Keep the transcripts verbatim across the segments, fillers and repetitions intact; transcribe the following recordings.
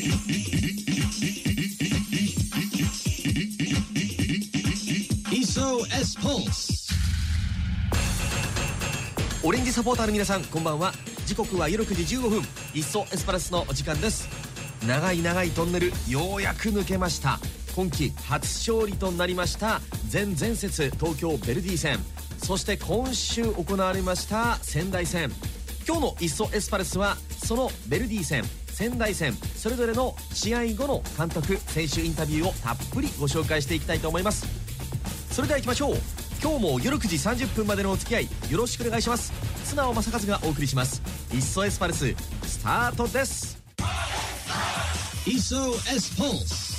イソエスポーツ。 オレンジサポーターの皆さん、こんばんは。時刻は夜くじじゅうごふん、イッソエスパルスのお時間です。長い長いトンネル、ようやく抜けました。今季初勝利となりました前々節東京ヴェルディ戦、そして今週行われました仙台戦。今日のイッソエスパルスはそのヴェルディ戦、仙台戦、それぞれの試合後の監督選手インタビューをたっぷりご紹介していきたいと思います。それでは行きましょう。今日も夜くじさんじゅっぷんまでのお付き合いよろしくお願いします。綱尾正和がお送りします。イッソエスパルススタートです。 イソエスポーツ。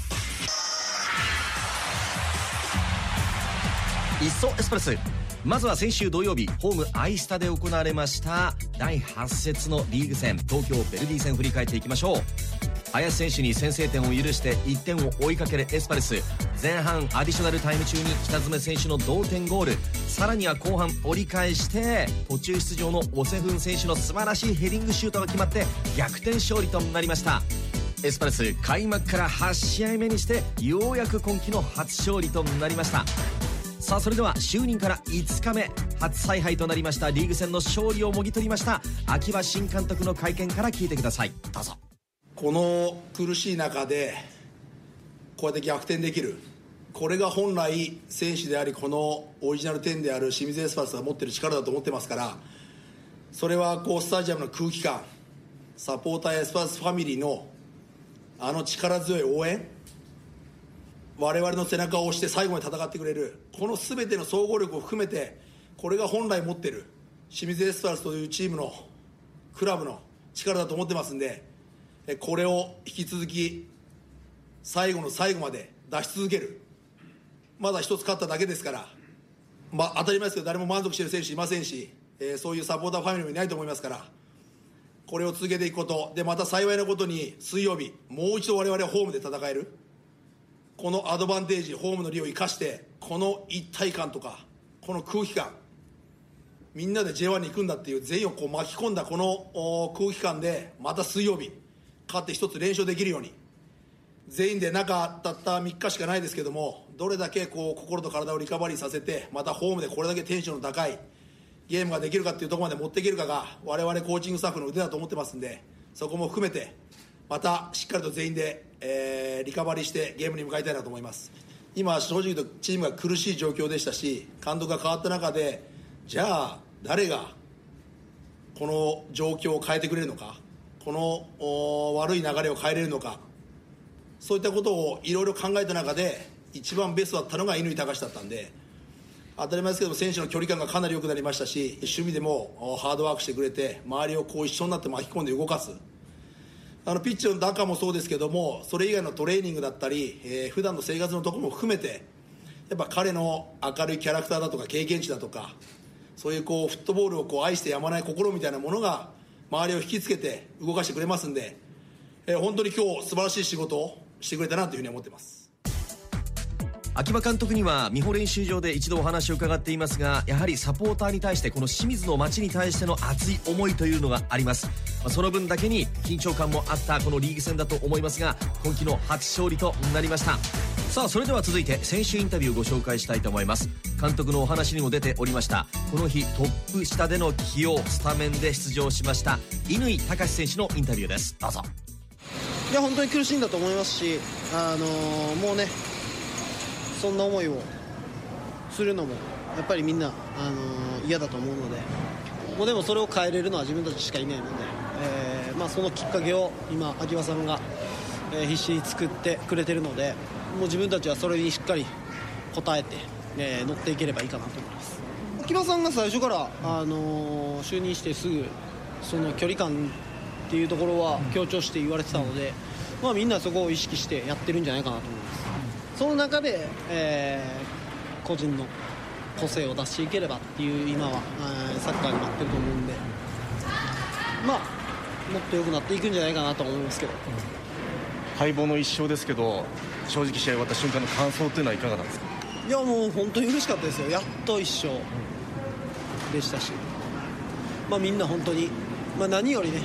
イッソエスパルス、まずは先週土曜日ホームアイスタで行われましただいはち節のリーグ戦、東京ヴェルディ戦振り返っていきましょう。林選手に先制点を許していってんを追いかけるエスパルス、前半アディショナルタイム中に北爪選手の同点ゴール、さらには後半折り返して途中出場のオセフン選手の素晴らしいヘディングシュートが決まって逆転勝利となりました。エスパルス、開幕からはち試合目にしてようやく今季の初勝利となりました。さあ、それでは就任からいつかめ、初采配となりましたリーグ戦の勝利をもぎ取りました秋葉新監督の会見から聞いてください。どうぞ。 この苦しい中でこうやって逆転できる、これが本来選手でありこのオリジナルテンである清水エスパルスが持っている力だと思ってますから、それはこうスタジアムの空気感、サポーターやエスパルスファミリーのあの力強い応援、我々の背中を押して最後まで戦ってくれる、この全ての総合力を含めて、これが本来持っている清水エスパルスというチームのクラブの力だと思ってますんで、これを引き続き最後の最後まで出し続ける。まだ一つ勝っただけですから、まあ、当たり前ですけど誰も満足している選手いませんし、えー、そういうサポーターファミリーもいないと思いますから、これを続けていくことで、また幸いなことに水曜日もう一度我々はホームで戦える、このアドバンテージ、ホームの利を生かして、この一体感とかこの空気感、みんなで ジェイワン に行くんだっていう全員をこう巻き込んだこの空気感で、また水曜日勝って一つ連勝できるように、全員で中たったみっかしかないですけども、どれだけこう心と体をリカバリーさせて、またホームでこれだけテンションの高いゲームができるかっていうところまで持っていけるかが我々コーチングスタッフの腕だと思ってますんで、そこも含めてまたしっかりと全員で、えー、リカバリーしてゲームに向かいたいなと思います。今正直言うとチームが苦しい状況でしたし、監督が変わった中で、じゃあ誰がこの状況を変えてくれるのか、この悪い流れを変えれるのか、そういったことをいろいろ考えた中で一番ベストだったのが乾貴士だったんで、当たり前ですけども選手の距離感がかなり良くなりましたし、守備でもハードワークしてくれて、周りをこう一緒になって巻き込んで動かす、あのピッチの中もそうですけども、それ以外のトレーニングだったり、えー、普段の生活のところも含めて、やっぱ彼の明るいキャラクターだとか経験値だとか、そういうこうフットボールをこう愛してやまない心みたいなものが周りを引きつけて動かしてくれますんで、えー、本当に今日素晴らしい仕事をしてくれたなというふうに思ってます。 秋葉監督には美保練習場で一度お話を伺っていますが、やはりサポーターに対して、この清水の街に対しての熱い思いというのがあります。その分だけに緊張感もあったこのリーグ戦だと思いますが、今季の初勝利となりました。さあ、それでは続いて選手インタビューをご紹介したいと思います。監督のお話にも出ておりました、この日トップ下での起用、スタメンで出場しました乾貴士選手のインタビューです。どうぞ。 いや本当に苦しいんだと思いますし、あのー、もうねそんな思いをするのもやっぱりみんな、あのー、嫌だと思うので、もうでもそれを変えれるのは自分たちしかいないので、えーまあ、そのきっかけを今秋葉さんが、えー、必死に作ってくれてるので、もう自分たちはそれにしっかり応えて、えー、乗っていければいいかなと思います。秋葉さんが最初から、あのー、就任してすぐその距離感っていうところは強調して言われてたので、まあ、みんなそこを意識してやってるんじゃないかなと思います。その中で、えー、個人の個性を出していければっていう今は、えー、サッカーになってると思うんで、まあもっと良くなっていくんじゃないかなと思いますけど、 敗北の一勝ですけど、正直試合終わった瞬間の感想というのはいかがなんですか？ いやもう本当に嬉しかったですよ。やっと一勝でしたし、まあ、みんな本当に、まあ、何よりね、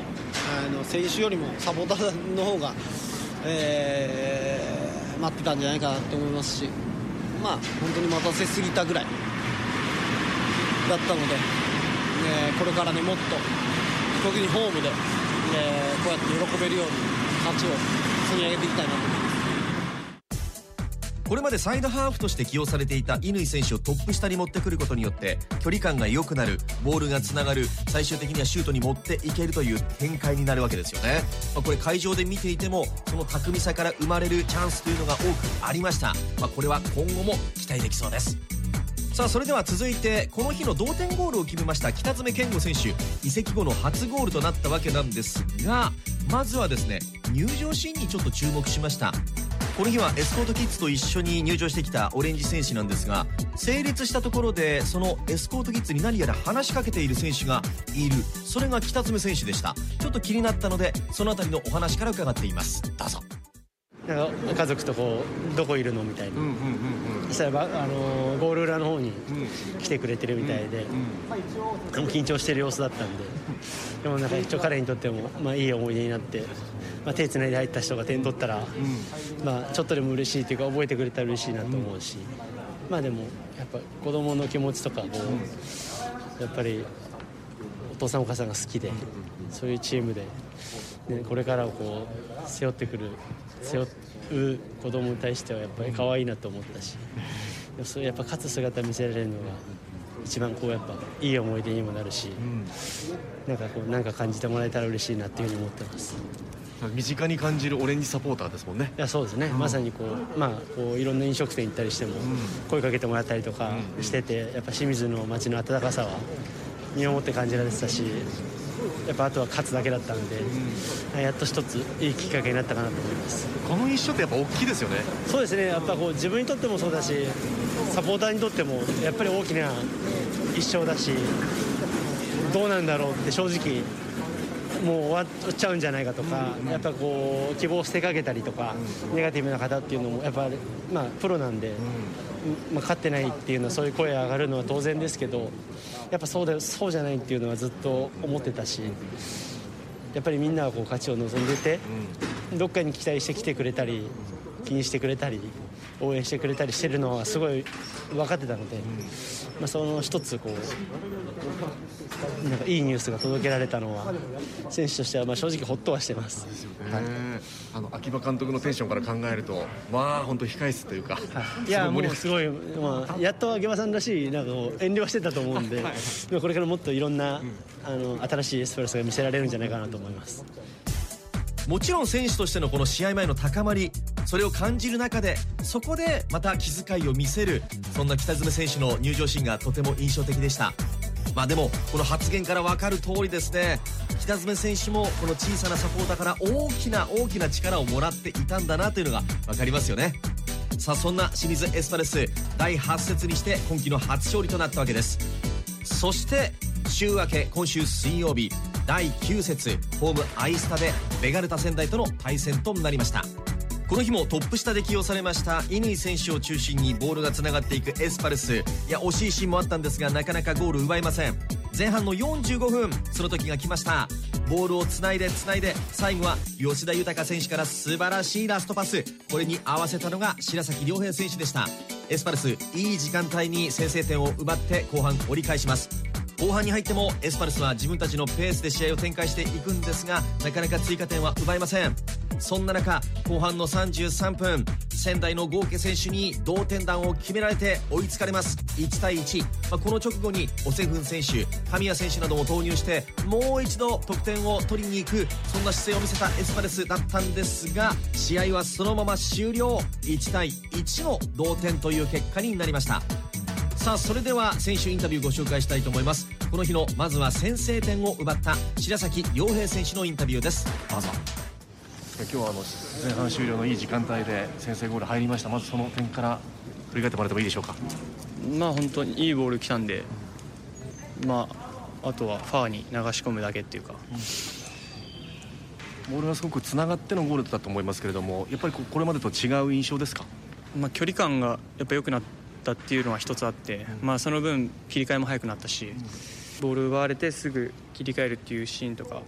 あの選手よりもサポーターの方が、えー、待ってたんじゃないかなと思いますし、まあ本当に待たせすぎたぐらいだったので、えー、これからねもっと特にホームで、えー、こうやって喜べるように勝ちを積み上げていきたいなと思います。 これまでサイドハーフとして起用されていた乾選手をトップ下に持ってくることによって距離感が良くなる、ボールがつながる、最終的にはシュートに持っていけるという展開になるわけですよね。まあ、これ会場で見ていてもその巧みさから生まれるチャンスというのが多くありました。まあ、これは今後も期待できそうです。さあそれでは続いてこの日の同点ゴールを決めました北爪健吾選手、移籍後の初ゴールとなったわけなんですが、まずはですね入場シーンにちょっと注目しました。この日はエスコートキッズと一緒に入場してきたオレンジ選手なんですが、整列したところでそのエスコートキッズに何やら話しかけている選手がいる。それが北爪選手でした。ちょっと気になったのでそのあたりのお話から伺っています。どうぞ。 なんか家族とこうどこいるのみたいな、うんうんうんうん、そしたら、あのー、ゴール裏の方に来てくれてるみたいで、うんうん、緊張してる様子だったんで、でもなんか一応彼にとっても、まあ、いい思い出になって、まあ、手つないで入った人が点取ったら、うんまあ、ちょっとでも嬉しいというか覚えてくれたら嬉しいなと思うし、うん、まあでもやっぱ子供の気持ちとかこうやっぱりお父さんお母さんが好きで、そういうチームで、ね、これからをこう背負ってくる背負う子供に対してはやっぱり可愛いなと思ったし、そうやっぱ勝つ姿見せられるのが一番こうやっぱいい思い出にもなるし、なんかこうなんか感じてもらえたら嬉しいなっていうふうに思ってます。 身近に感じるオレンジサポーターですもんね。 いやそうですね、うん、まさにこう、まあ、こういろんな飲食店行ったりしても声かけてもらったりとかしてて、やっぱ清水の街の温かさは身をもって感じられてたし、やっぱあとは勝つだけだったんで、うん、やっと一ついいきっかけになったかなと思います。 この一勝ってやっぱ大きいですよね。 そうですね、やっぱこう自分にとってもそうだしサポーターにとってもやっぱり大きな一勝だし、どうなんだろうって正直もう終わっちゃうんじゃないかとか、うん、やっぱこう希望を捨てかけたりとか、うん、ネガティブな方っていうのもやっぱり、まあ、プロなんで、うんまあ、勝ってないっていうのはそういう声が上がるのは当然ですけど、やっぱそうだよそうじゃないっていうのはずっと思ってたし、やっぱりみんなはこう勝ちを望んでて、うん、どっかに期待してきてくれたり気にしてくれたり応援してくれたりしてるのはすごい分かってたので、うんまあ、その一つこうなんかいいニュースが届けられたのは選手としてはまあ正直ホッとはしてます。 ですよね、はい、あの秋葉監督のテンションから考えるとまあ本当控え室というか、はい、 いやもうすごい、まあ、やっと秋葉さんらしいなんか遠慮はしてたと思うんで、はい、これからもっといろんな、うん、あの新しいエスパルスが見せられるんじゃないかなと思います。 もちろん選手としてのこの試合前の高まり、それを感じる中でそこでまた気遣いを見せる、そんな北爪選手の入場シーンがとても印象的でした。まあでもこの発言から分かる通りですね、北爪選手もこの小さなサポーターから大きな大きな力をもらっていたんだなというのが分かりますよね。さあそんな清水エスパルスだいはち節にして今季の初勝利となったわけです。そして週明け今週水曜日だいきゅう節ホームアイスタでベガルタ仙台との対戦となりました。この日もトップ下で起用されました乾選手を中心にボールがつながっていくエスパルス、いや惜しいシーンもあったんですがなかなかゴール奪えません。前半のよんじゅうごふん、その時が来ました。ボールをつないでつないで最後は吉田豊選手から素晴らしいラストパス、これに合わせたのが白崎亮平選手でした。エスパルスいい時間帯に先制点を奪って後半折り返します。後半に入ってもエスパルスは自分たちのペースで試合を展開していくんですがなかなか追加点は奪えません。そんな中後半のさんじゅうさんぷん、仙台の豪家選手に同点弾を決められて追いつかれます。いちたいいち、まあ、この直後にオセフン選手、神谷選手なども投入してもう一度得点を取りに行く、そんな姿勢を見せたエスパルスだったんですが試合はそのまま終了、いちたいいちの同点という結果になりました。さあそれでは選手インタビューご紹介したいと思います。この日のまずは先制点を奪った白崎亮平選手のインタビューです。どうぞ。 今日はあの前半終了のいい時間帯で先制ゴール入りました。まずその点から振り返ってもらってもいいでしょうか。 まあ本当にいいボール来たんで、まああとはファーに流し込むだけっていうか、 うん、ボールがすごくつながってのゴールだったと思いますけれども、やっぱりこれまでと違う印象ですか。 まあ距離感がやっぱ良くなったっていうのは一つあって、うん、まあその分切り替えも早くなったし、うん、ボール奪われてすぐ切り替えるっていうシーンとか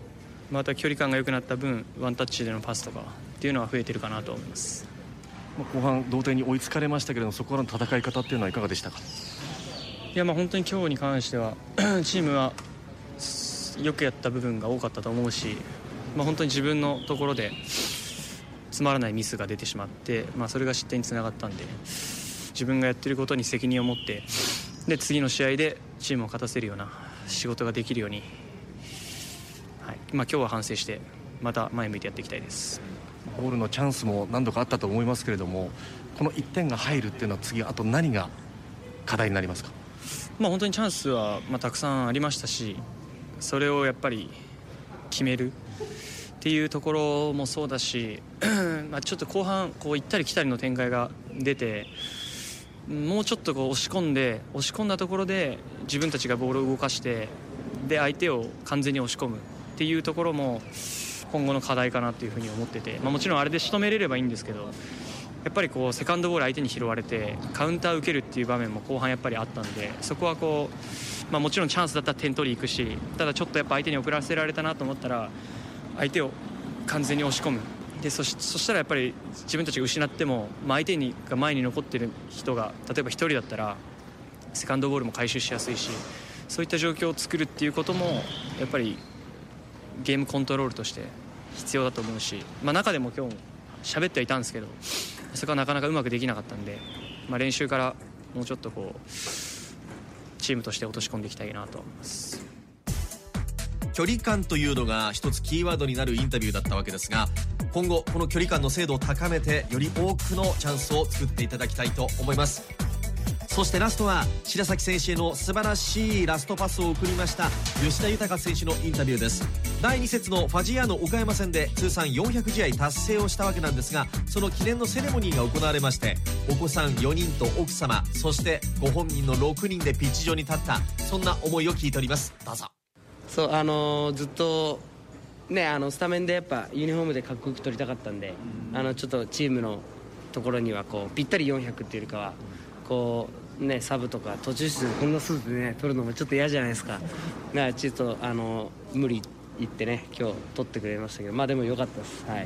また距離感が良くなった分ワンタッチでのパスとかっていうのは増えてるかなと思います。 後半同点に追いつかれましたけれども、そこからの戦い方っていうのはいかがでしたか？ いやまあ本当に今日に関してはチームはよくやった部分が多かったと思うし、まあ、本当に自分のところでつまらないミスが出てしまって、まあ、それが失点につながったんで、自分がやってることに責任を持ってで次の試合でチームを勝たせるような仕事ができるように、はいまあ、今日は反省してまた前向いてやっていきたいです。 ゴールのチャンスも何度かあったと思いますけれども、このいってんが入るっていうのは次あと何が課題になりますか？ まあ、本当にチャンスはまあたくさんありましたし、それをやっぱり決めるっていうところもそうだしまあちょっと後半こう行ったり来たりの展開が出て、もうちょっとこう押し込んで押し込んだところで自分たちがボールを動かしてで相手を完全に押し込むっていうところも今後の課題かなというふうに思ってて、まあ、もちろんあれで仕留めれればいいんですけど、やっぱりこうセカンドボール相手に拾われてカウンター受けるっていう場面も後半やっぱりあったんで、そこはこう、まあ、もちろんチャンスだったら点取り行くし、ただちょっとやっぱ相手に遅らせられたなと思ったら相手を完全に押し込む。で そ, しそしたらやっぱり自分たちが失っても、まあ、相手にが前に残ってる人が例えばひとりだったらセカンドボールも回収しやすいし、そういった状況を作るっていうこともやっぱりゲームコントロールとして必要だと思うし、まあ、中でも今日喋ってはいたんですけど、そこはなかなかうまくできなかったんで、まあ、練習からもうちょっとこうチームとして落とし込んでいきたいなと思います。 距離感というのが一つキーワードになるインタビューだったわけですが、今後この距離感の精度を高めてより多くのチャンスを作っていただきたいと思います。そしてラストは白崎選手への素晴らしいラストパスを送りました吉田豊選手のインタビューです。だいに節のファジアーノ岡山戦で通算よんひゃく試合達成をしたわけなんですが、その記念のセレモニーが行われまして、お子さんよにんと奥様、そしてご本人のろくにんでピッチ上に立った、そんな思いを聞いております。どうぞ。 そうあのー、ずっとね、あのスタメンでやっぱユニフォームでかっこよく取りたかったんで、あのちょっとチームのところにはこうぴったりよんひゃくっていうよりかはこうね、サブとか途中出場こんなスーツでね取るのもちょっと嫌じゃないですか。だからちょっとあの無理言ってね今日取ってくれましたけど、まあでも良かったです。はい、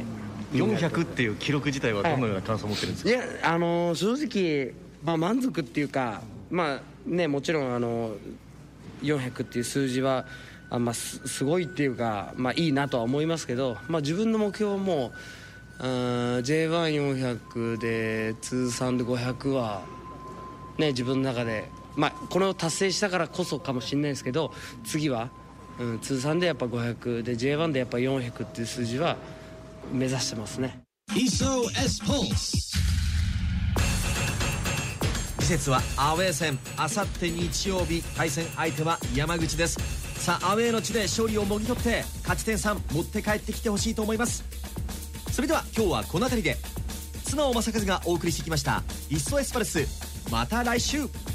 よんひゃくっていう記録自体はどのような感想を持ってるんですか？ はい、いやあの正直、まあ、満足っていうか、まあね、もちろんあのよんひゃくっていう数字はあ、まあ、す, すごいっていうか、まあ、いいなとは思いますけど、まあ、自分の目標も ジェイワンよんひゃく で通算でごひゃくは、ね、自分の中で、まあ、これを達成したからこそかもしれないですけど、次は、うん、通算でやっぱごひゃくで ジェイワン でやっぱよんひゃくっていう数字は目指してますね。 イソエスポーツ次節はアウェー戦、あさって日曜日、対戦相手は山口です。さあアウェーの地で勝利をもぎ取って勝ち点さん持って帰ってきてほしいと思います。それでは今日はこの辺りで、綱尾正和がお送りしてきましたイッソエスパルス。また来週。